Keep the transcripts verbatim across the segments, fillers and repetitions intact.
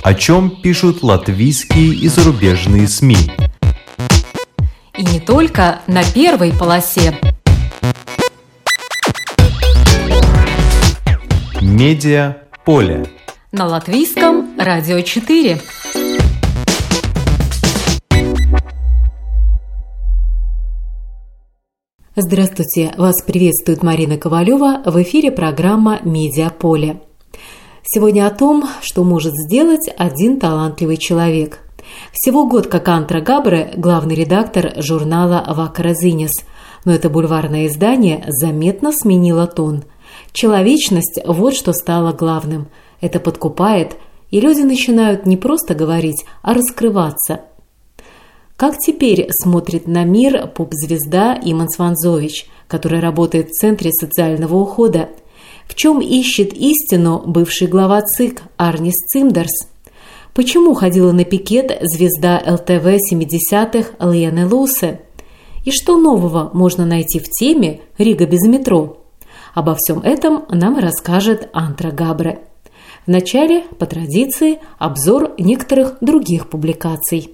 О чем пишут латвийские и зарубежные СМИ. И не только на первой полосе. Медиаполе. На латвийском радио четыре. Здравствуйте! Вас приветствует Марина Ковалева. В эфире программа «Медиаполе». Сегодня о том, что может сделать один талантливый человек. Всего год как Антра Габре, главный редактор журнала «Вакара Зинес», но это бульварное издание заметно сменило тон. Человечность – вот что стало главным. Это подкупает, и люди начинают не просто говорить, а раскрываться. Как теперь смотрит на мир поп-звезда Иманс Ванзович, которая работает в Центре социального ухода? В чем ищет истину бывший глава ЦИК Арнис Цимдерс? Почему ходила на пикет звезда эл тэ вэ семидесятых Лена Лусе? И что нового можно найти в теме «Рига без метро»? Обо всем этом нам расскажет Антра Габре. Вначале, по традиции, обзор некоторых других публикаций.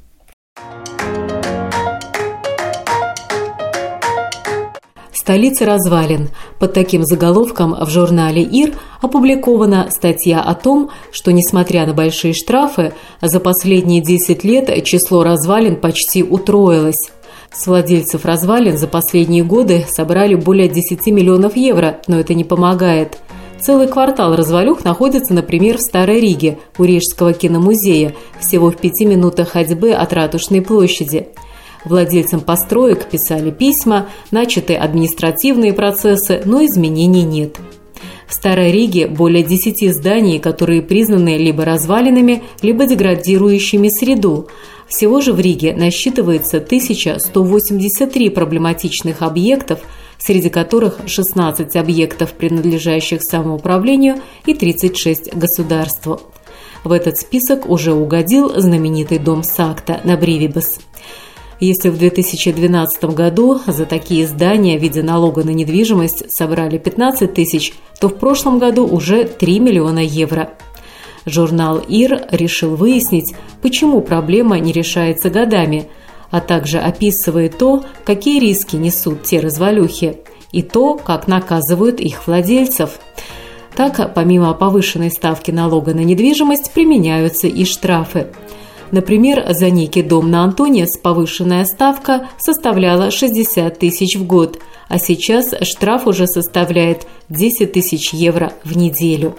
Столица развалин. Под таким заголовком в журнале «Ир» опубликована статья о том, что, несмотря на большие штрафы, за последние десять лет число развалин почти утроилось. С владельцев развалин за последние годы собрали более десяти миллионов евро, но это не помогает. Целый квартал развалюх находится, например, в Старой Риге, у Рижского киномузея, всего в пяти минутах ходьбы от Ратушной площади. Владельцам построек писали письма, начаты административные процессы, но изменений нет. В Старой Риге более десяти зданий, которые признаны либо развалинами, либо деградирующими среду. Всего же в Риге насчитывается тысяча сто восемьдесят три проблематичных объектов, среди которых шестнадцать объектов, принадлежащих самоуправлению, и тридцать шесть государству. В этот список уже угодил знаменитый дом Сакта на Бривибас. Если в две тысячи двенадцатом году за такие здания в виде налога на недвижимость собрали пятнадцать тысяч, то в прошлом году уже три миллиона евро. Журнал «Ир» решил выяснить, почему проблема не решается годами, а также описывает то, какие риски несут те развалюхи, и то, как наказывают их владельцев. Так, помимо повышенной ставки налога на недвижимость, применяются и штрафы. Например, за некий дом на Антониас повышенная ставка составляла шестьдесят тысяч в год, а сейчас штраф уже составляет десять тысяч евро в неделю.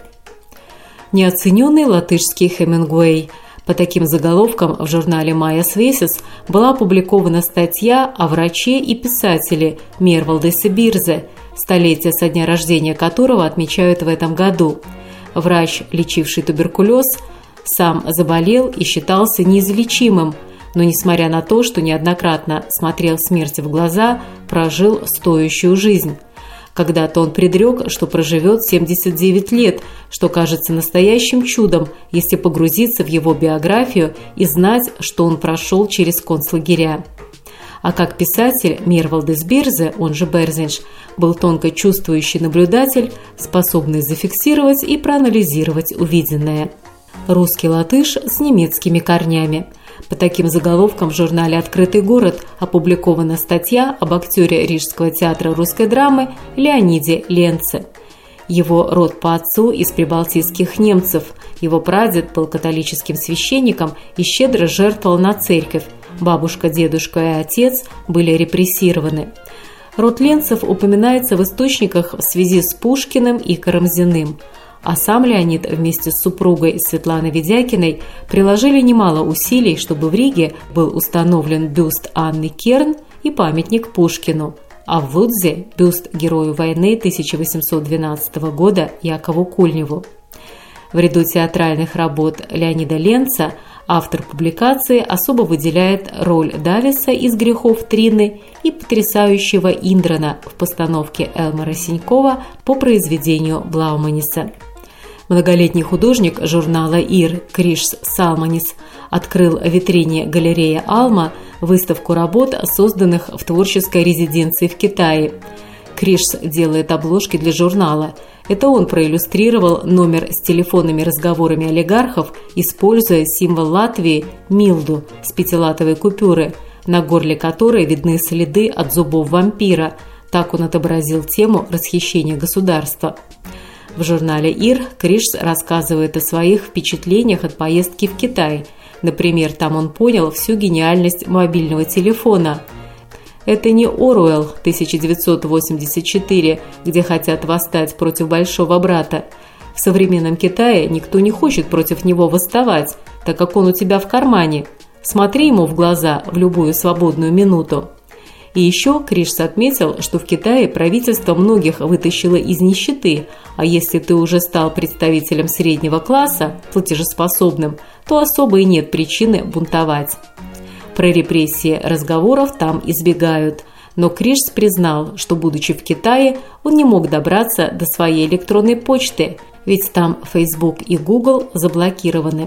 Неоцененный латышский Хемингуэй. По таким заголовкам в журнале «Майя Свесис» была опубликована статья о враче и писателе Мервалдесе Бирзе, столетие со дня рождения которого отмечают в этом году. Врач, лечивший туберкулез, сам заболел и считался неизлечимым, но, несмотря на то, что неоднократно смотрел смерти в глаза, прожил стоящую жизнь. Когда-то он предрек, что проживет семьдесят девять лет, что кажется настоящим чудом, если погрузиться в его биографию и знать, что он прошел через концлагеря. А как писатель Мервалдес Бирзе, он же Берзинш, был тонко чувствующий наблюдатель, способный зафиксировать и проанализировать увиденное. Русский латыш с немецкими корнями. По таким заголовкам в журнале «Открытый город» опубликована статья об актере Рижского театра русской драмы Леониде Ленце. Его род по отцу из прибалтийских немцев. Его прадед был католическим священником и щедро жертвовал на церковь. Бабушка, дедушка и отец были репрессированы. Род Ленцев упоминается в источниках в связи с Пушкиным и Карамзиным. А сам Леонид вместе с супругой Светланой Ведякиной приложили немало усилий, чтобы в Риге был установлен бюст Анны Керн и памятник Пушкину, а в Лудзе – бюст герою войны тысяча восемьсот двенадцатого года Якову Кульневу. В ряду театральных работ Леонида Ленца автор публикации особо выделяет роль Дависа из «Грехов Трины» и потрясающего Индрана в постановке Элмара Синькова по произведению Блауманиса. Многолетний художник журнала «Ир» Кришс Салманис открыл в витрине галереи «Алма» выставку работ, созданных в творческой резиденции в Китае. Кришс делает обложки для журнала. Это он проиллюстрировал номер с телефонными разговорами олигархов, используя символ Латвии «Милду» с пятилатовой купюры, на горле которой видны следы от зубов вампира. Так он отобразил тему расхищения государства. В журнале «Ир» Кришс рассказывает о своих впечатлениях от поездки в Китай. Например, там он понял всю гениальность мобильного телефона. Это не Оруэлл тысяча девятьсот восемьдесят четыре, где хотят восстать против большого брата. В современном Китае никто не хочет против него восставать, так как он у тебя в кармане. Смотри ему в глаза в любую свободную минуту. И еще Кришс отметил, что в Китае правительство многих вытащило из нищеты, а если ты уже стал представителем среднего класса, платежеспособным, то особо и нет причины бунтовать. Про репрессии разговоров там избегают, но Кришс признал, что, будучи в Китае, он не мог добраться до своей электронной почты, ведь там Facebook и Google заблокированы.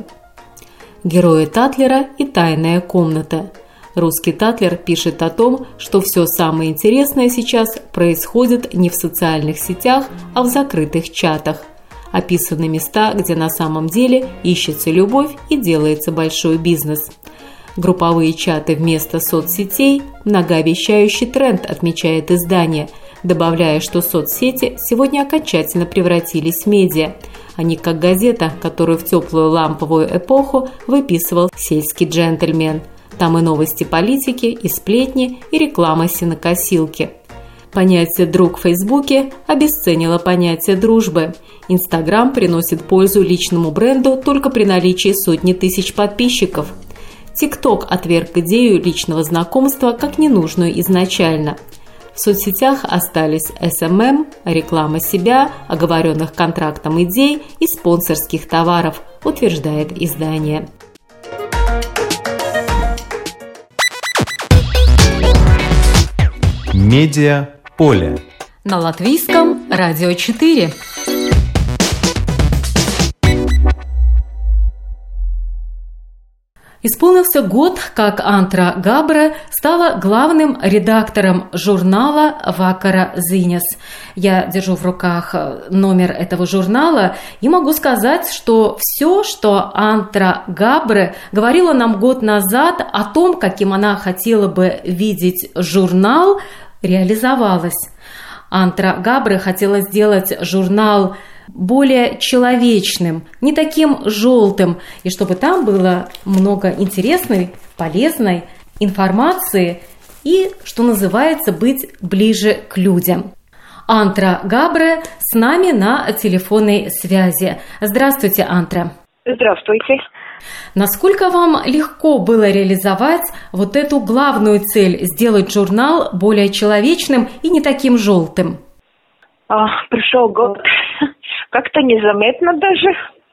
Герои Татлера и тайная комната. Русский Татлер пишет о том, что все самое интересное сейчас происходит не в социальных сетях, а в закрытых чатах. Описаны места, где на самом деле ищется любовь и делается большой бизнес. Групповые чаты вместо соцсетей – многообещающий тренд, отмечает издание, добавляя, что соцсети сегодня окончательно превратились в медиа. Они как газета, которую в теплую ламповую эпоху выписывал сельский джентльмен. Там и новости политики, и сплетни, и реклама сенокосилки. Понятие «друг» в Фейсбуке обесценило понятие дружбы. Инстаграм приносит пользу личному бренду только при наличии сотни тысяч подписчиков. ТикТок отверг идею личного знакомства как ненужную изначально. В соцсетях остались эс эм эм, реклама себя, оговоренных контрактом идей и спонсорских товаров, утверждает издание. Медиа поле. На латвийском радио четыре. Исполнился год, как Антра Габре стала главным редактором журнала «Вакара Зинес». Я держу в руках номер этого журнала и могу сказать, что все, что Антра Габре говорила нам год назад о том, каким она хотела бы видеть журнал, реализовалось. Антра Габре хотела сделать журнал более человечным, не таким желтым, и чтобы там было много интересной, полезной информации и, что называется, быть ближе к людям. Антра Габре с нами на телефонной связи. Здравствуйте, Антра. Здравствуйте. Насколько вам легко было реализовать вот эту главную цель – сделать журнал более человечным и не таким желтым? А, пришел год. Как-то незаметно даже.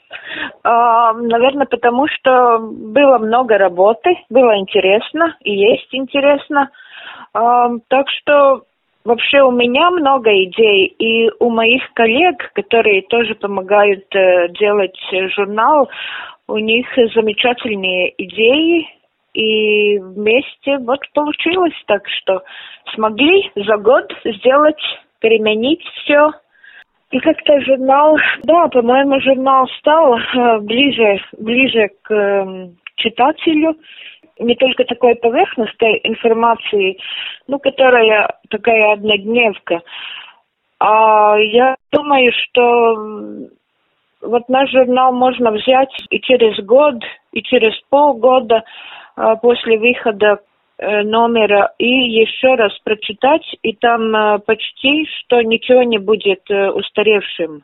А, наверное, потому что было много работы, было интересно и есть интересно. А, так что вообще у меня много идей, и у моих коллег, которые тоже помогают э, делать журнал, у них замечательные идеи, и вместе вот получилось так, что смогли за год сделать, переменить все. И как-то журнал, да, по-моему, журнал стал э, ближе, ближе к э, читателю, не только такой поверхностной информации, ну, которая такая однодневка. А я думаю, что вот наш журнал можно взять и через год, и через полгода э, после выхода номера и еще раз прочитать, и там э, почти что ничего не будет э, устаревшим.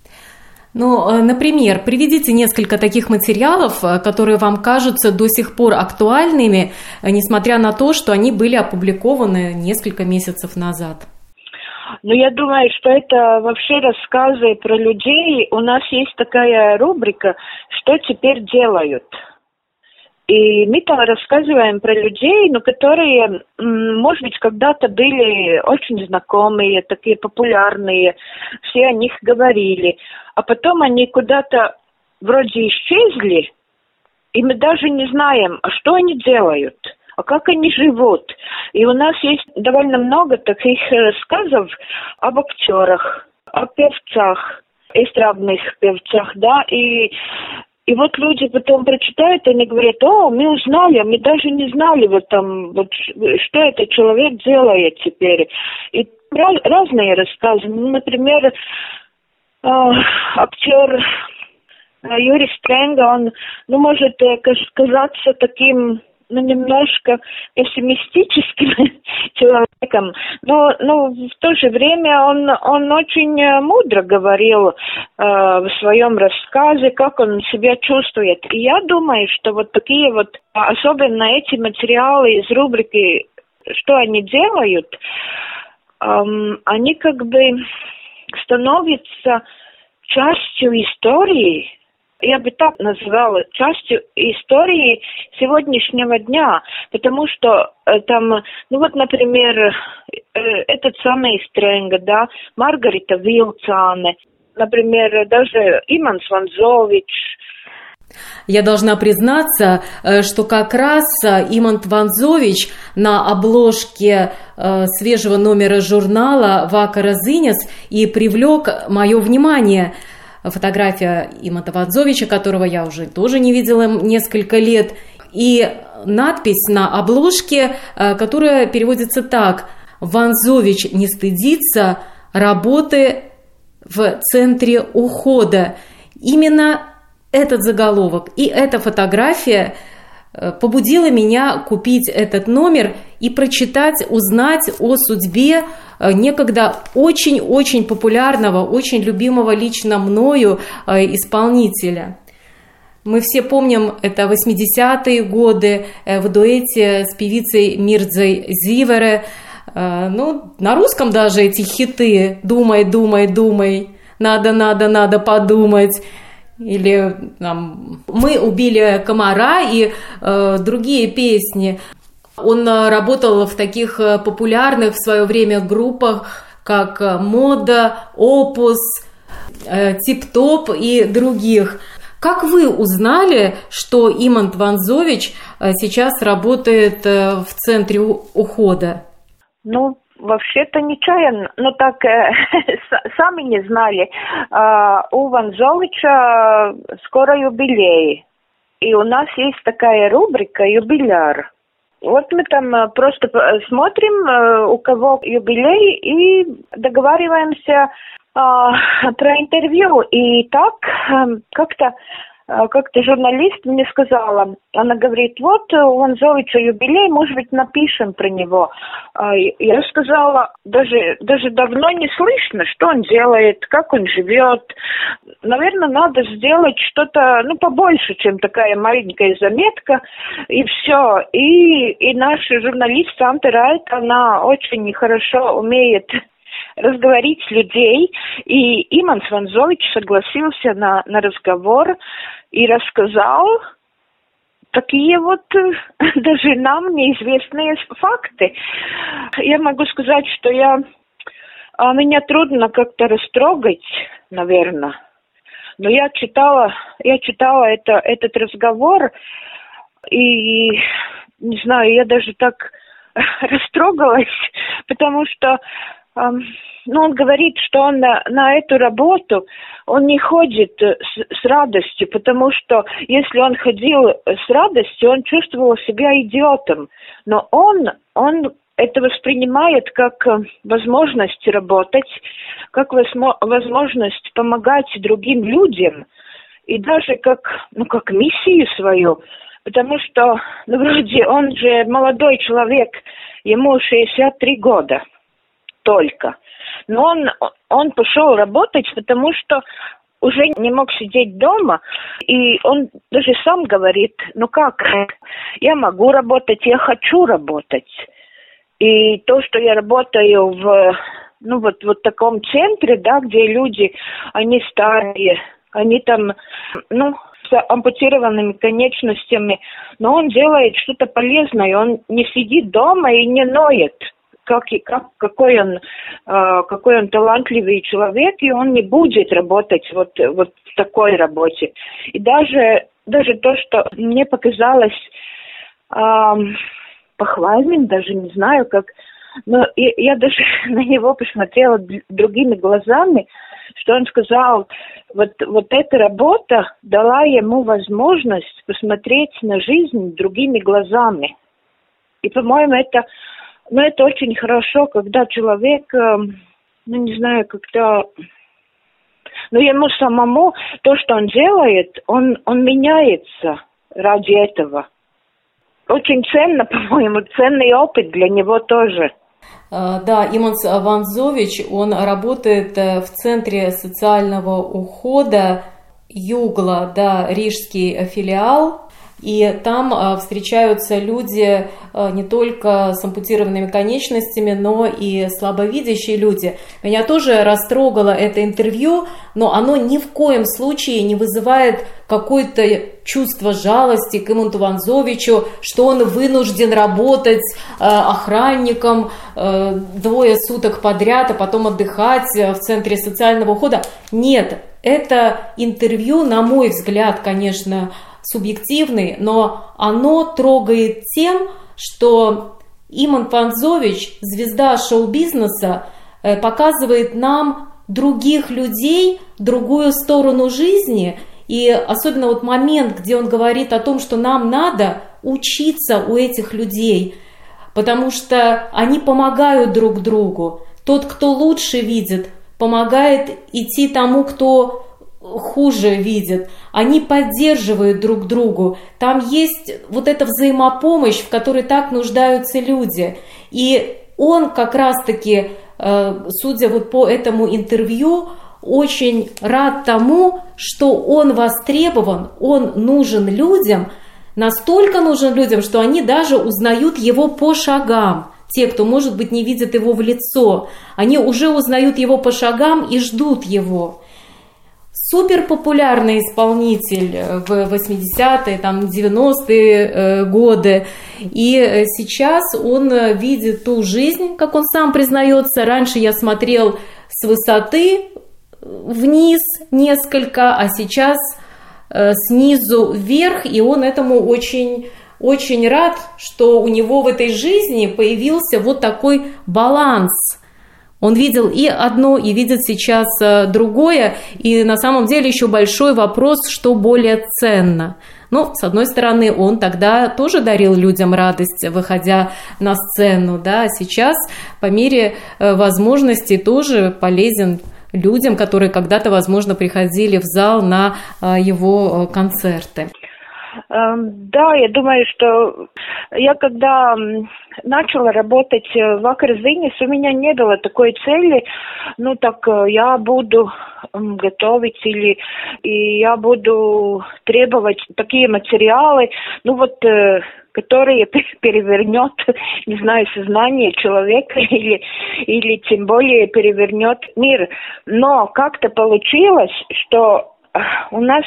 Ну, например, приведите несколько таких материалов, которые вам кажутся до сих пор актуальными, несмотря на то, что они были опубликованы несколько месяцев назад. Ну, я думаю, что это вообще рассказы про людей. У нас есть такая рубрика «Что теперь делают?». И мы там рассказываем про людей, ну, которые, может быть, когда-то были очень знакомые, такие популярные, все о них говорили, а потом они куда-то вроде исчезли, и мы даже не знаем, а что они делают. а как они живут. И у нас есть довольно много таких рассказов об актерах, о певцах, эстрадных певцах, да, и, и вот люди потом прочитают, они говорят: о, мы узнали, мы даже не знали вот там, вот, что этот человек делает теперь. И раз, разные рассказы. Ну, например, э, актер Юрий Стренга, он, ну, может казаться таким, ну, немножко пессимистическим человеком, но, но в то же время он, он очень мудро говорил э, в своем рассказе, как он себя чувствует. И я думаю, что вот такие вот, особенно эти материалы из рубрики «Что они делают», эм, они как бы становятся частью истории. Я бы так назвала, частью истории сегодняшнего дня, потому что э, там, ну вот, например, э, этот самый Стренга, да, Маргарита Вилцане, например, даже Иманс Ванзович. Я должна признаться, что как раз Имант Ванзович на обложке свежего номера журнала «Вакара Зинес» и привлек мое внимание. Фотография Иманта Ванзовича, которого я уже тоже не видела несколько лет, и надпись на обложке, которая переводится так: «Ванзович не стыдится работы в центре ухода». Именно этот заголовок и эта фотография побудила меня купить этот номер и прочитать, узнать о судьбе некогда очень-очень популярного, очень любимого лично мною исполнителя. Мы все помним, это восьмидесятые годы в дуэте с певицей Мирзой Зивере. Ну, на русском даже эти хиты «Думай, думай, думай», «Надо, надо, надо подумать», или там, «Мы убили комара» и э, другие песни. Он работал в таких популярных в свое время группах, как «Мода», «Опус», «Тип-топ» и других. Как вы узнали, что Имант Ванзович сейчас работает в центре ухода? Ну, вообще-то нечаянно, но так э, сами не знали. Э, у Ванзовича скоро юбилей, и у нас есть такая рубрика «Юбиляр». Вот мы там просто смотрим, у кого юбилей, и договариваемся э, про интервью. И так э, как-то как-то журналист мне сказала, она говорит: вот у Ванзовича юбилей, может быть, напишем про него. Я сказала, даже, даже давно не слышно, что он делает, как он живет. Наверное, надо сделать что-то, ну, побольше, чем такая маленькая заметка, и все. И, и наш журналист Санта Райт, она очень хорошо умеет разговорить людей, и Иманс Ванзович согласился на, на разговор и рассказал такие вот даже нам неизвестные факты. Я могу сказать, что я, меня трудно как-то растрогать, наверное, но я читала, я читала это, этот разговор, и, не знаю, я даже так растрогалась, потому что ну, он говорит, что он на, на эту работу, он не ходит с, с радостью, потому что если он ходил с радостью, он чувствовал себя идиотом. Но он, он это воспринимает как возможность работать, как возможность помогать другим людям, и даже как, ну, как миссию свою, потому что, ну, вроде он же молодой человек, ему шестьдесят три года. Только. Но он, он пошел работать, потому что уже не мог сидеть дома. И он даже сам говорит: ну как, я могу работать, я хочу работать. И то, что я работаю в, ну, вот, вот таком центре, да, где люди, они старые, они там, ну, с ампутированными конечностями, но он делает что-то полезное, он не сидит дома и не ноет. Как, как, какой он, э, какой он талантливый человек, и он не будет работать вот, вот в такой работе. И даже, даже то, что мне показалось, э, похвальным, даже не знаю как. Но я, я даже на него посмотрела другими глазами, что он сказал, вот, вот эта работа дала ему возможность посмотреть на жизнь другими глазами. И, по-моему, это, ну, это очень хорошо, когда человек, ну, не знаю, как-то, ну, ему самому то, что он делает, он, он меняется ради этого. Очень ценно, по-моему, ценный опыт для него тоже. Да, Иманс Ванзович, он работает в Центре социального ухода Югла, да, рижский филиал. И там встречаются люди не только с ампутированными конечностями, но и слабовидящие люди. Меня тоже растрогало это интервью, но оно ни в коем случае не вызывает какое-то чувство жалости к Иманту Ванзовичу, что он вынужден работать охранником двое суток подряд, а потом отдыхать в Центре социального ухода. Нет, это интервью, на мой взгляд, конечно, субъективный, но оно трогает тем, что Имант Ванзович, звезда шоу-бизнеса, показывает нам других людей, другую сторону жизни, и особенно вот момент, где он говорит о том, что нам надо учиться у этих людей, потому что они помогают друг другу. Тот, кто лучше видит, помогает идти тому, кто хуже видят, они поддерживают друг другу. Там есть вот эта взаимопомощь, в которой так нуждаются люди. И он как раз-таки, судя вот по этому интервью, очень рад тому, что он востребован, он нужен людям, настолько нужен людям, что они даже узнают его по шагам. Те, кто, может быть, не видят его в лицо, они уже узнают его по шагам и ждут его. Суперпопулярный исполнитель в восьмидесятые, там, девяностые годы. И сейчас он видит ту жизнь, как он сам признается. Раньше я смотрел с высоты вниз несколько, а сейчас снизу вверх. И он этому очень, очень рад, что у него в этой жизни появился вот такой баланс. Он видел и одно, и видит сейчас другое, и на самом деле еще большой вопрос, что более ценно. Ну, с одной стороны, он тогда тоже дарил людям радость, выходя на сцену, да, а сейчас по мере возможностей тоже полезен людям, которые когда-то, возможно, приходили в зал на его концерты. Да, я думаю, что я когда начала работать в Акрзинис, у меня не было такой цели, ну так я буду готовить или и я буду требовать такие материалы, ну вот, которые перевернет, не знаю, сознание человека или, или тем более перевернет мир. Но как-то получилось, что у нас...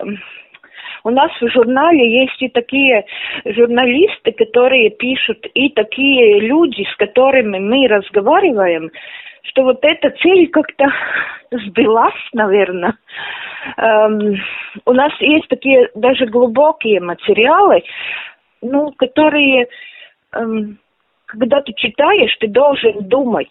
У нас в журнале есть и такие журналисты, которые пишут, и такие люди, с которыми мы разговариваем, что вот эта цель как-то сбылась, наверное. Эм, у нас есть такие даже глубокие материалы, ну, которые, эм, когда ты читаешь, ты должен думать.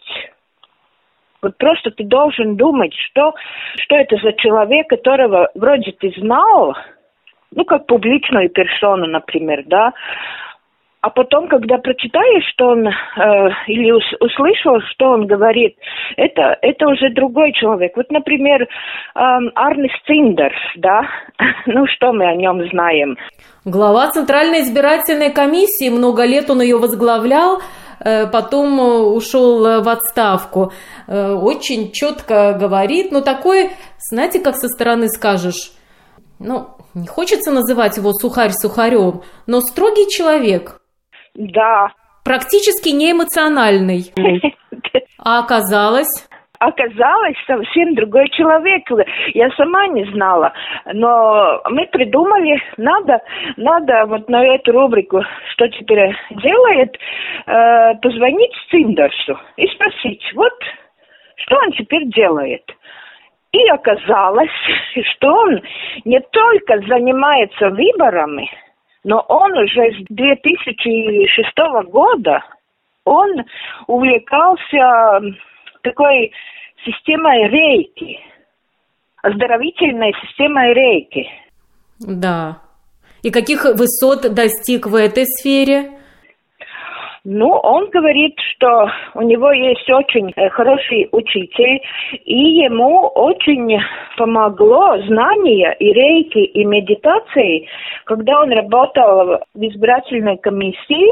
Вот просто ты должен думать, что, что это за человек, которого вроде ты знал, ну, как публичную персону, например, да, а потом, когда прочитаешь, что он, э, или ус, услышал, что он говорит, это, это уже другой человек. Вот, например, э, Арнис Циндерс, да, ну, что мы о нем знаем? Глава Центральной избирательной комиссии, много лет он ее возглавлял, потом ушел в отставку. Очень четко говорит, но такой, знаете, как со стороны скажешь, ну, не хочется называть его сухарь сухарем, но строгий человек. Да. Практически неэмоциональный. А оказалось... Оказалось, совсем другой человек. Я сама не знала. Но мы придумали, надо, надо вот на эту рубрику, что теперь делает, э, позвонить Циндерсу и спросить, вот, что он теперь делает. И оказалось, что он не только занимается выборами, Но он уже с две тысячи шестого года, он увлекался такой системой рейки, оздоровительной системой рейки. Да. И каких высот достиг в этой сфере? Ну, он говорит, что у него есть очень хороший учитель, и ему очень помогло знание и рейки, и медитации, когда он работал в избирательной комиссии.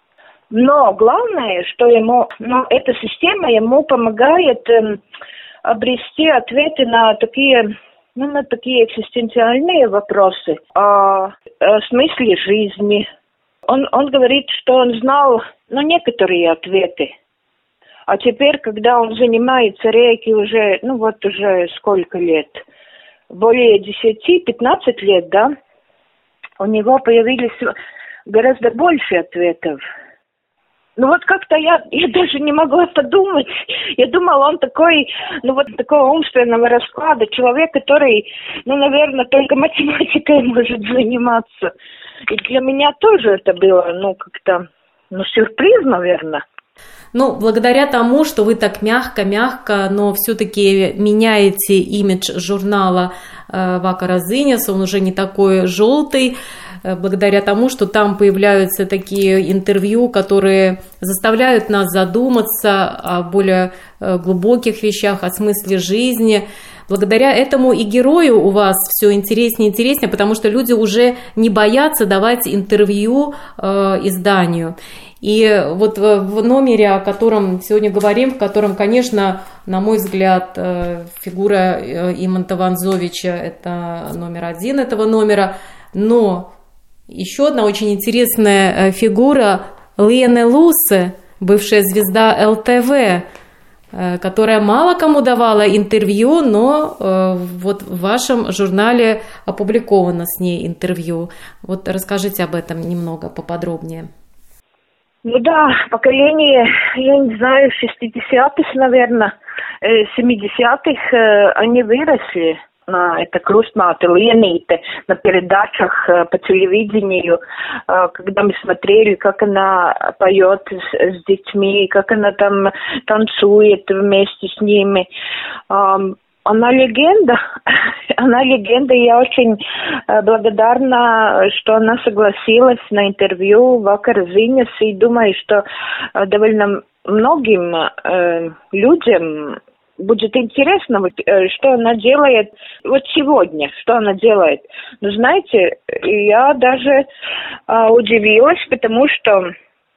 Но главное, что ему, ну, эта система ему помогает э, обрести ответы на такие, ну, на такие экзистенциальные вопросы о, о смысле жизни. Он, он говорит, что он знал, ну, некоторые ответы. А теперь, когда он занимается рейки уже, ну, вот уже сколько лет? Более десять-пятнадцать лет, да? У него появились гораздо больше ответов. Ну вот как-то я, я даже не могла подумать. Я думала, он такой, ну вот такого умственного расклада. Человек, который, ну, наверное, только математикой может заниматься. И для меня тоже это было, ну, как-то, ну, сюрприз, наверное. Ну, благодаря тому, что вы так мягко-мягко, но все-таки меняете имидж журнала Вакара Зиньас, он уже не такой желтый, благодаря тому, что там появляются такие интервью, которые заставляют нас задуматься о более глубоких вещах, о смысле жизни. Благодаря этому и герою у вас все интереснее и интереснее, потому что люди уже не боятся давать интервью э, изданию. И вот в номере, о котором сегодня говорим, в котором, конечно, на мой взгляд, фигура Иманта Ванзовича – это номер один этого номера, но еще одна очень интересная фигура – Лиене Лусе, бывшая звезда эл тэ вэ, которая мало кому давала интервью, но вот в вашем журнале опубликовано с ней интервью. Вот расскажите об этом немного поподробнее. Ну да, поколение, я не знаю, шестидесятых, наверное, семидесятых, они выросли на это Крустмāte Lienīte, на передачах по телевидению, когда мы смотрели, как она поет с, с детьми, как она там танцует вместе с ними. Она легенда, она легенда, и я очень благодарна, что она согласилась на интервью Вакара Зиньас, и думаю, что довольно многим э, людям будет интересно, вот, э, что она делает вот сегодня, что она делает. Но знаете, я даже э, удивилась, потому что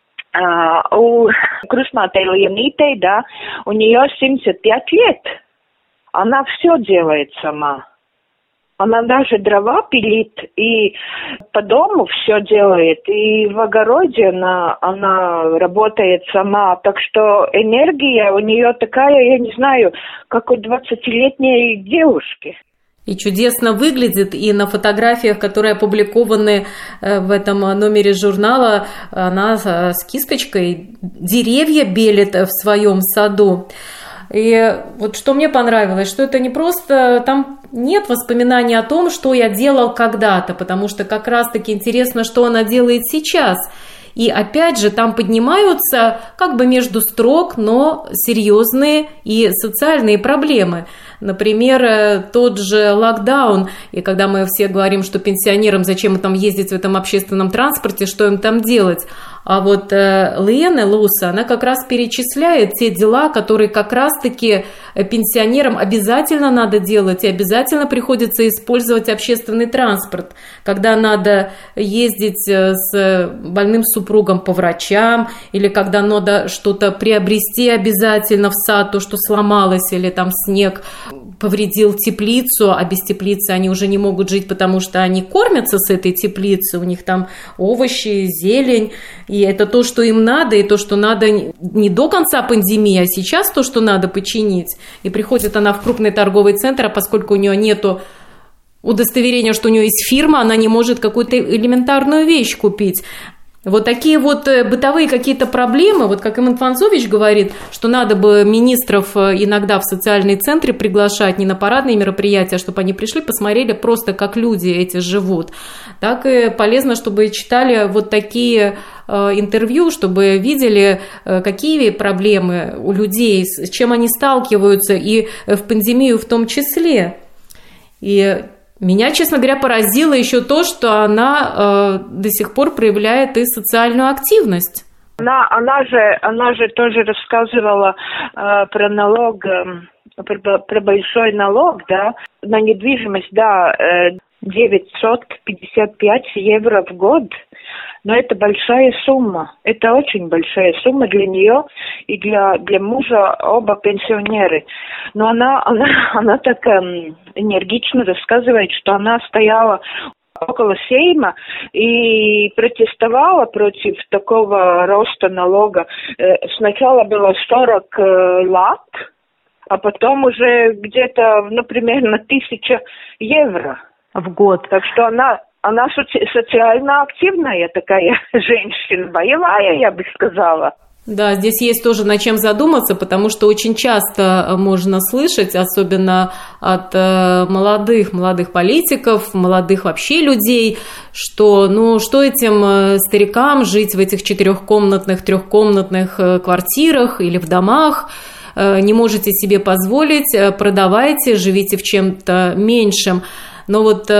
э, у Крустмāte Lienītei, да, у нее семьдесят пять лет. Она все делает сама. Она даже дрова пилит и по дому все делает. И в огороде она, она работает сама. Так что энергия у нее такая, я не знаю, как у двадцатилетней девушки. И чудесно выглядит, и на фотографиях, которые опубликованы в этом номере журнала, она с кисточкой деревья белит в своем саду. И вот что мне понравилось, что это не просто, там нет воспоминаний о том, что я делал когда-то, потому что как раз-таки интересно, что она делает сейчас. И опять же, там поднимаются как бы между строк, но серьезные и социальные проблемы. Например, тот же локдаун, и когда мы все говорим, что пенсионерам зачем им там ездить в этом общественном транспорте, что им там делать. А вот э, Лиене Лусе, она как раз перечисляет те дела, которые как раз-таки пенсионерам обязательно надо делать, и обязательно приходится использовать общественный транспорт, когда надо ездить с больным супругом по врачам, или когда надо что-то приобрести обязательно в сад, то, что сломалось, или там снег повредил теплицу, а без теплицы они уже не могут жить, потому что они кормятся с этой теплицы, у них там овощи, зелень, и это то, что им надо, и то, что надо не до конца пандемии, а сейчас то, что надо починить. И приходит она в крупный торговый центр, а поскольку у нее нету удостоверения, что у нее есть фирма, она не может какую-то элементарную вещь купить. Вот такие вот бытовые какие-то проблемы, вот как Иман Фанцович говорит, что надо бы министров иногда в социальные центры приглашать, не на парадные мероприятия, чтобы они пришли, посмотрели просто, как люди эти живут. Так и полезно, чтобы читали вот такие интервью, чтобы видели, какие проблемы у людей, с чем они сталкиваются, и в пандемию в том числе. И меня, честно говоря, поразило еще то, что она э, до сих пор проявляет и социальную активность. Она, она же, она же тоже рассказывала э, про налог, э, про, про большой налог, да, на недвижимость, да, э, девятьсот пятьдесят пять евро в год. Но это большая сумма. Это очень большая сумма для нее и для, для мужа, оба пенсионеры. Но она, она, она так эм, энергично рассказывает, что она стояла около Сейма и протестовала против такого роста налога. Э, сначала было сорок э, лат, а потом уже где-то, ну, примерно тысяча евро в год. Так что она... Она соци- социально активная такая женщина, боевая, я бы сказала. Да, здесь есть тоже над чем задуматься, потому что очень часто можно слышать, особенно от молодых, молодых политиков, молодых вообще людей, что ну что этим старикам жить в этих четырехкомнатных, трехкомнатных квартирах или в домах, не можете себе позволить, продавайте, живите в чем-то меньшем. Но вот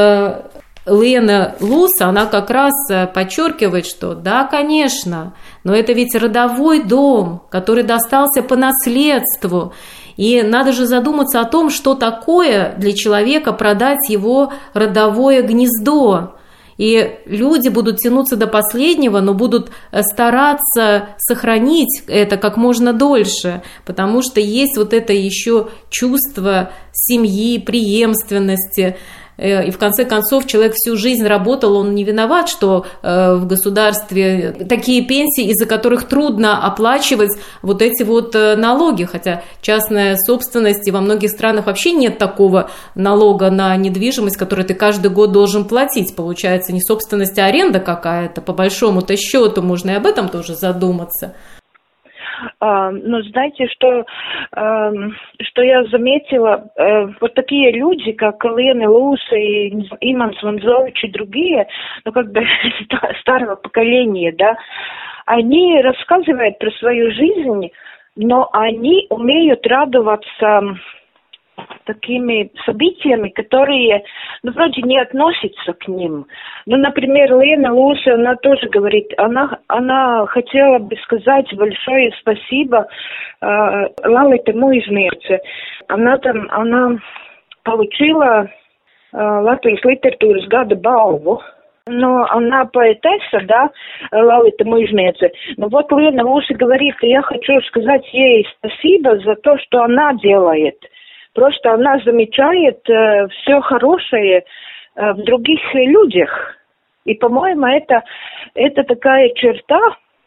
Лена Лус, она как раз подчеркивает, что да, конечно, но это ведь родовой дом, который достался по наследству. И надо же задуматься о том, что такое для человека продать его родовое гнездо. И люди будут тянуться до последнего, но будут стараться сохранить это как можно дольше, потому что есть вот это еще чувство семьи, преемственности. И в конце концов человек всю жизнь работал, он не виноват, что в государстве такие пенсии, из-за которых трудно оплачивать вот эти вот налоги, хотя частная собственность, и во многих странах вообще нет такого налога на недвижимость, который ты каждый год должен платить. Получается не собственность, а аренда какая-то, по большому-то счету, можно и об этом тоже задуматься. Uh, ну, знаете, что, uh, что я заметила, uh, вот такие люди, как Лена Лус и Иман Фанцович и другие, ну, как бы старого поколения, да, они рассказывают про свою жизнь, но они умеют радоваться такими событиями, которые, ну, вроде не относятся к ним. Ну, например, Лена Лус, она тоже говорит, она, она хотела бы сказать большое спасибо э, Лалите Muizniece. Она там, она получила э, Латвijas литератūras gada balvu. Но она поэтесса, да, Лалита Muizniece. Но вот Лена Лус говорит, я хочу сказать ей спасибо за то, что она делает. Просто она замечает э, все хорошее э, в других людях. И, по-моему, это, это такая черта,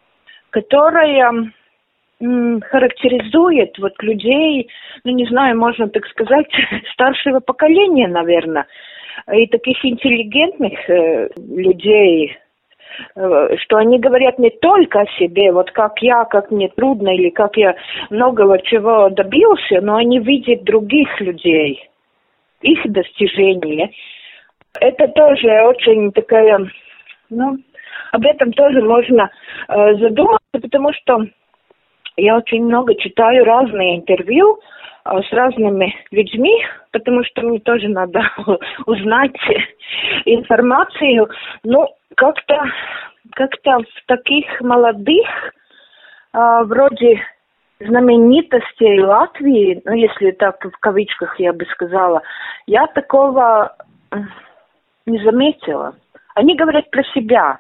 которая м, характеризует вот людей, ну, не знаю, можно так сказать, старшего поколения, наверное, и таких интеллигентных э, людей, что они говорят не только о себе, вот как я, как мне трудно, или как я многого чего добился, но они видят других людей, их достижения. Это тоже очень такая, ну, об этом тоже можно э, задуматься, потому что я очень много читаю разные интервью э, с разными людьми, потому что мне тоже надо узнать информацию. Ну, как-то, как-то в таких молодых, а, вроде знаменитостей Латвии, ну, если так в кавычках я бы сказала, я такого не заметила. Они говорят про себя.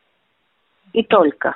И только.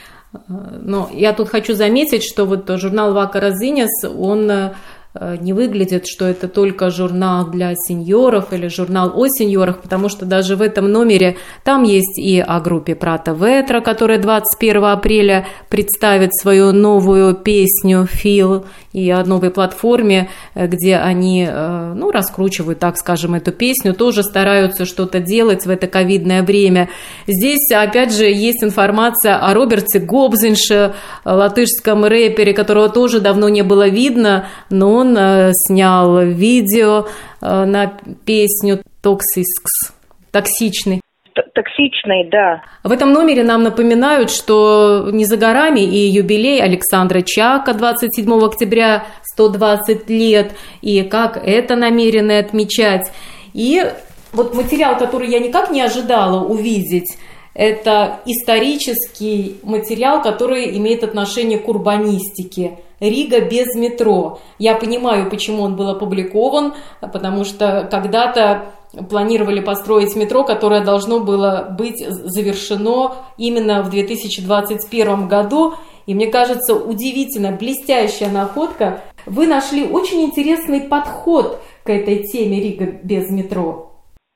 Но я тут хочу заметить, что вот журнал Vakara ziņas, он не выглядит, что это только журнал для сеньоров или журнал о сеньорах, потому что даже в этом номере там есть и о группе Prata Vetra, которая двадцать первого апреля представит свою новую песню «Feel», и о новой платформе, где они, ну, раскручивают, так скажем, эту песню, тоже стараются что-то делать в это ковидное время. Здесь, опять же, есть информация о Роберте Гобзинше, латышском рэпере, которого тоже давно не было видно, но он снял видео на песню «Токсикс», «Токсичный». Токсичный, да. В этом номере нам напоминают, что не за горами и юбилей Александра Чака двадцать седьмого октября, сто двадцать лет, и как это намерены отмечать. И вот материал, который я никак не ожидала увидеть, это исторический материал, который имеет отношение к урбанистике. «Рига без метро». Я понимаю, почему он был опубликован, потому что когда-то планировали построить метро, которое должно было быть завершено именно в две тысячи двадцать первом году. И мне кажется, удивительно, блестящая находка. Вы нашли очень интересный подход к этой теме «Рига без метро».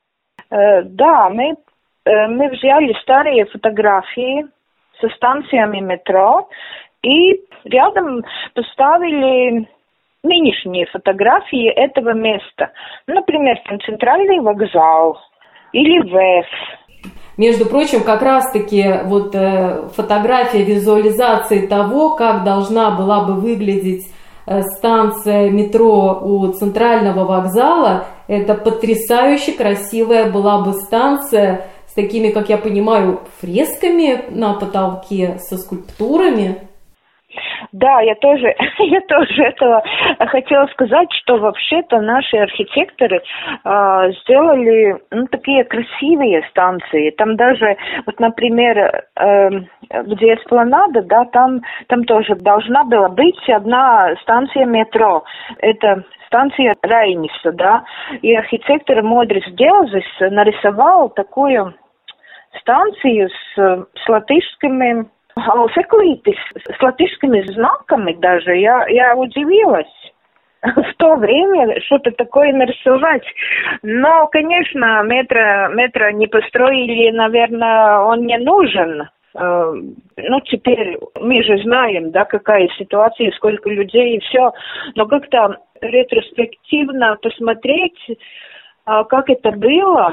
Э, да, мы, э, мы взяли старые фотографии со станциями метро и рядом поставили нынешние фотографии этого места. Например, там центральный вокзал или ВЭФ. Между прочим, как раз-таки вот э, фотография визуализации того, как должна была бы выглядеть э, станция метро у центрального вокзала, это потрясающе красивая была бы станция с такими, как я понимаю, фресками на потолке, со скульптурами. Да, я тоже, я тоже этого хотела сказать, что вообще-то наши архитекторы э, сделали, ну, такие красивые станции. Там даже, вот, например, э, где Эспланада, да, там, там тоже должна была быть одна станция метро. Это станция Райниса, да. И архитектор Модрис Делзис нарисовал такую станцию с, с латышскими Алфеклитис, с латышскими знаками даже. Я, я удивилась в то время что-то такое нарисовать. Но, конечно, метро, метро не построили, наверное, он не нужен. Ну, теперь мы же знаем, да, какая ситуация, сколько людей и все. Но как-то ретроспективно посмотреть, как это было,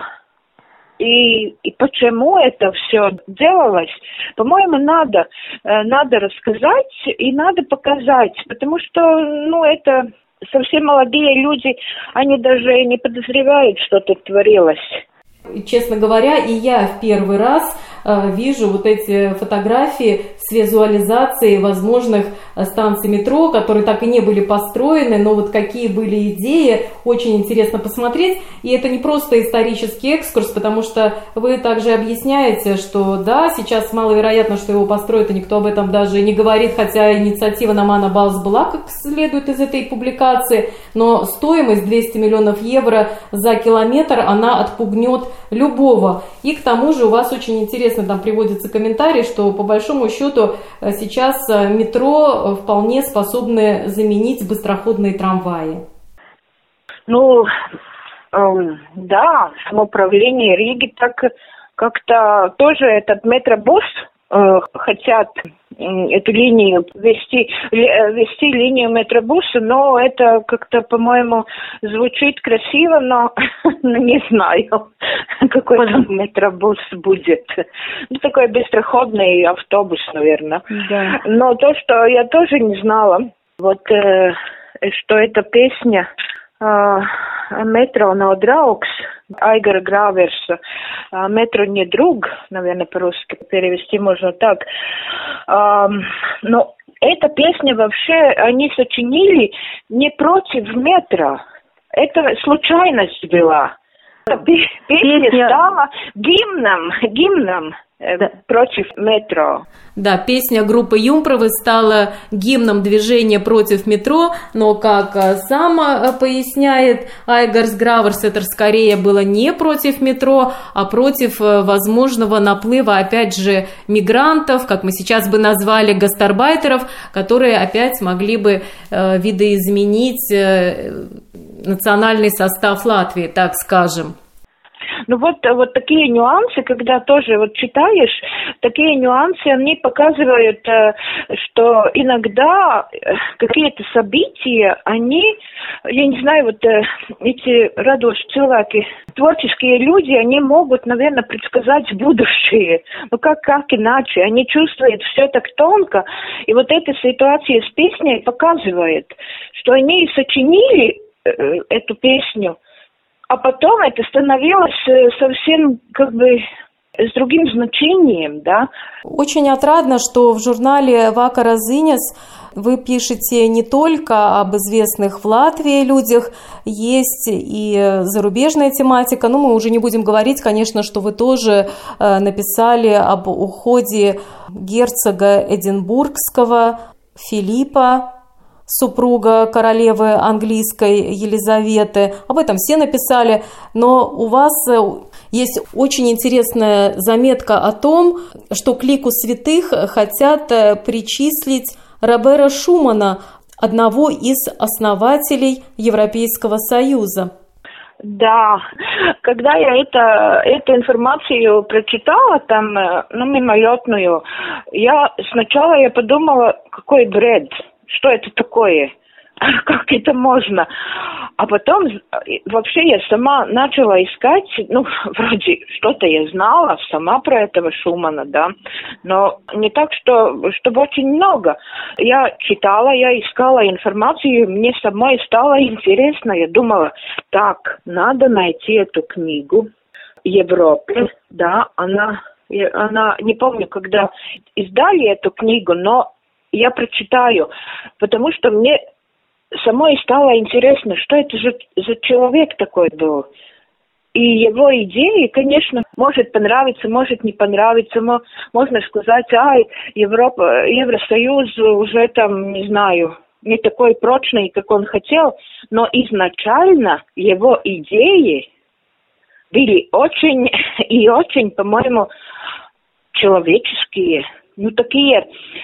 И, и почему это все делалось, по-моему, надо, надо рассказать и надо показать, потому что, ну, это совсем молодые люди, они даже не подозревают, что тут творилось. Честно говоря, и я в первый раз э, вижу вот эти фотографии с визуализацией возможных станций метро, которые так и не были построены, но вот какие были идеи, очень интересно посмотреть. И это не просто исторический экскурс, потому что вы также объясняете, что да, сейчас маловероятно, что его построят, и никто об этом даже не говорит, хотя инициатива Намана Балс была, как следует из этой публикации, но стоимость двести миллионов евро за километр, она отпугнет любого. И к тому же у вас очень интересно там приводится комментарий, что по большому счету сейчас метро вполне способны заменить быстроходные трамваи. Ну, эм, да, самоуправление Риги так как-то тоже этот метробус э, хотят э, эту линию вести, вести линию метробуса, но это как-то, по-моему, звучит красиво, но не знаю, какой там метробус будет. Ну, такой быстроходный автобус, наверное. Да. Но то, что я тоже не знала, вот, э, что эта песня «Метро nav draugs» Айгора Граверса, «Метро не друг», наверное, по-русски перевести можно так. Но эта песня вообще они сочинили не против метро. Это случайность была. Песня, Песня стала гимном, гимном да. против метро. Да, песня группы Юмпровы стала гимном движения против метро, но, как сам поясняет Айгарс Граверс, это скорее было не против метро, а против возможного наплыва, опять же, мигрантов, как мы сейчас бы назвали, гастарбайтеров, которые опять могли бы э, видоизменить э, национальный состав Латвии, так скажем. Ну вот, вот такие нюансы, когда тоже вот читаешь, такие нюансы, они показывают, что иногда какие-то события, они, я не знаю, вот эти радующие человеки, творческие люди, они могут, наверное, предсказать будущее. Ну как, как иначе? Они чувствуют все так тонко. И вот эта ситуация с песней показывает, что они сочинили э, эту песню, а потом это становилось совсем как бы с другим значением, да. Очень отрадно, что в журнале «Вакара Зинес» вы пишете не только об известных в Латвии людях, есть и зарубежная тематика. Но мы уже не будем говорить, конечно, что вы тоже написали об уходе герцога Эдинбургского Филиппа, супруга королевы английской Елизаветы. Об этом все написали, но у вас есть очень интересная заметка о том, что к лику святых хотят причислить Робера Шумана, одного из основателей Европейского Союза. Да, когда я это, эту информацию прочитала, там, ну, мимолетную, я сначала я подумала, какой бред, что это такое, как это можно. А потом вообще я сама начала искать, ну, вроде что-то я знала сама про этого Шумана, да, но не так, что, чтобы очень много. Я читала, я искала информацию, мне самой стало интересно, я думала, так, надо найти эту книгу в Европе, да, она, она, не помню, когда издали эту книгу, но я прочитаю, потому что мне самой стало интересно, что это за, за человек такой был. И его идеи, конечно, может понравиться, может не понравиться. Можно сказать, ай, Европа, Евросоюз уже там, не знаю, не такой прочный, как он хотел. Но изначально его идеи были очень и очень, по-моему, человеческие. Ну, такие...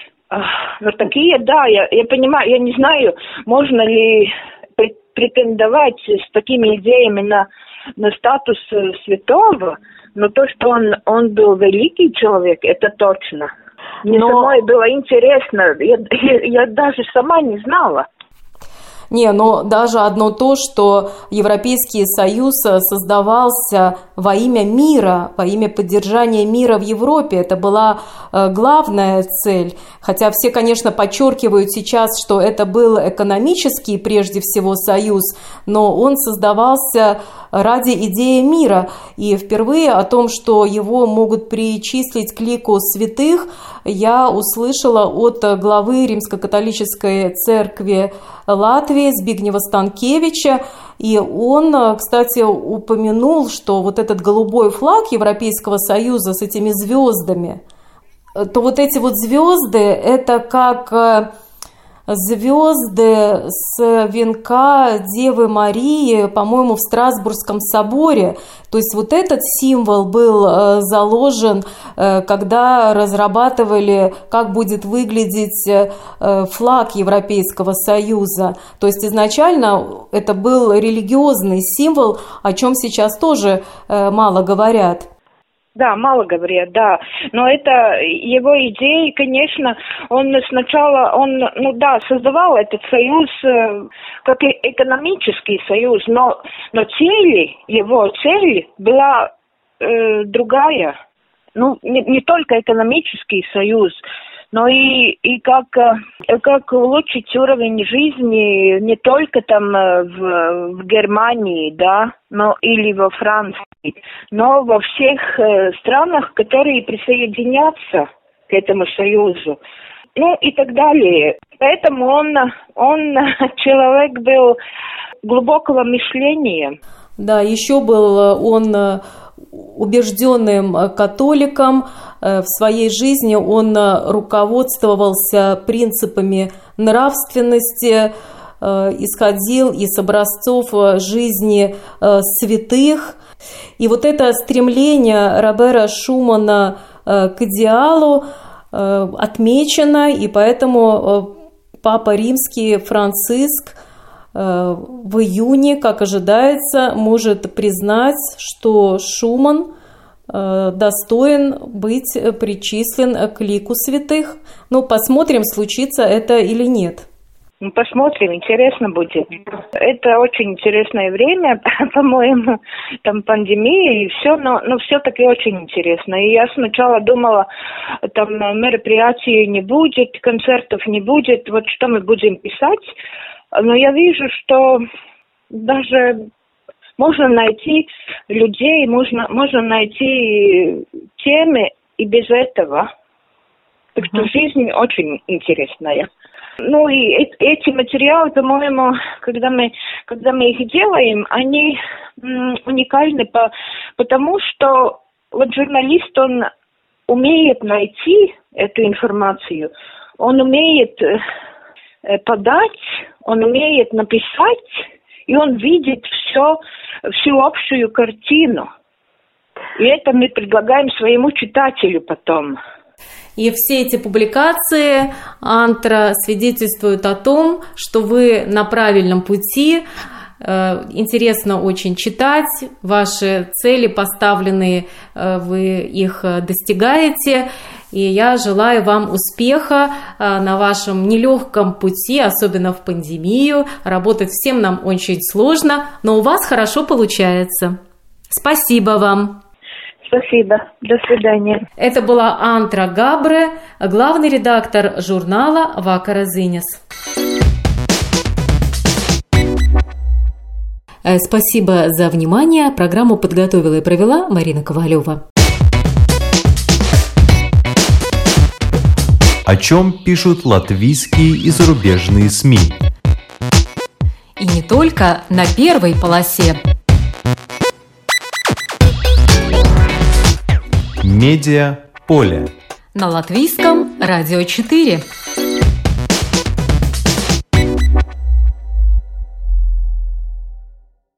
Ну, такие, да, я, я понимаю, я не знаю, можно ли претендовать с такими идеями на, на статус святого, но то, что он, он был великий человек, это точно. Мне но... самой было интересно, я, я, я даже сама не знала. Не, но даже одно то, что Европейский Союз создавался во имя мира, во имя поддержания мира в Европе, это была главная цель. Хотя все, конечно, подчеркивают сейчас, что это был экономический, прежде всего, союз, но он создавался ради идеи мира. И впервые о том, что его могут причислить к лику святых, я услышала от главы Римско-католической церкви Латвии Збигнева Станкевича, и он, кстати, упомянул, что вот этот голубой флаг Европейского Союза с этими звездами, то вот эти вот звезды, это как звезды с венка Девы Марии, по-моему, в Страсбургском соборе. То есть вот этот символ был заложен, когда разрабатывали, как будет выглядеть флаг Европейского Союза. То есть изначально это был религиозный символ, о чем сейчас тоже мало говорят. Да, мало говорят, да. Но это его идеи, конечно, он сначала, он, ну да, создавал этот союз как экономический союз, но, но цель, его цель была э, другая. Ну, не, не только экономический союз, но и, и как, как улучшить уровень жизни не только там в, в Германии, да, но или во Франции, но во всех странах, которые присоединятся к этому союзу. Ну и так далее. Поэтому он, он человек был глубокого мышления. Да, еще был он убежденным католиком. В своей жизни он руководствовался принципами нравственности, исходил из образцов жизни святых. И вот это стремление Робера Шумана к идеалу отмечено, и поэтому Папа Римский Франциск в июне, как ожидается, может признать, что Шуман достоин быть причислен к лику святых. Ну, посмотрим, случится это или нет. Ну, посмотрим, интересно будет. Это очень интересное время, по-моему, там пандемия и все, но, но все-таки очень интересно. И я сначала думала, там мероприятий не будет, концертов не будет, вот что мы будем писать. Но я вижу, что даже можно найти людей, можно, можно найти темы и без этого. Так что жизнь очень интересная. Ну и эти материалы, по-моему, когда мы, когда мы их делаем, они м, уникальны, по, потому что вот журналист, он умеет найти эту информацию, он умеет э, подать, он умеет написать, и он видит все, всю общую картину. И это мы предлагаем своему читателю потом. И все эти публикации Антра свидетельствуют о том, что вы на правильном пути. Интересно очень читать, ваши цели поставленные, вы их достигаете. И я желаю вам успеха на вашем нелегком пути, особенно в пандемию. Работать всем нам очень сложно, но у вас хорошо получается. Спасибо вам. Спасибо. До свидания. Это была Антра Габре, главный редактор журнала «Вакара Зинес». Спасибо за внимание. Программу подготовила и провела Марина Ковалева. О чем пишут латвийские и зарубежные СМИ? И не только на первой полосе. Медиа поле. На латвийском радио четыре.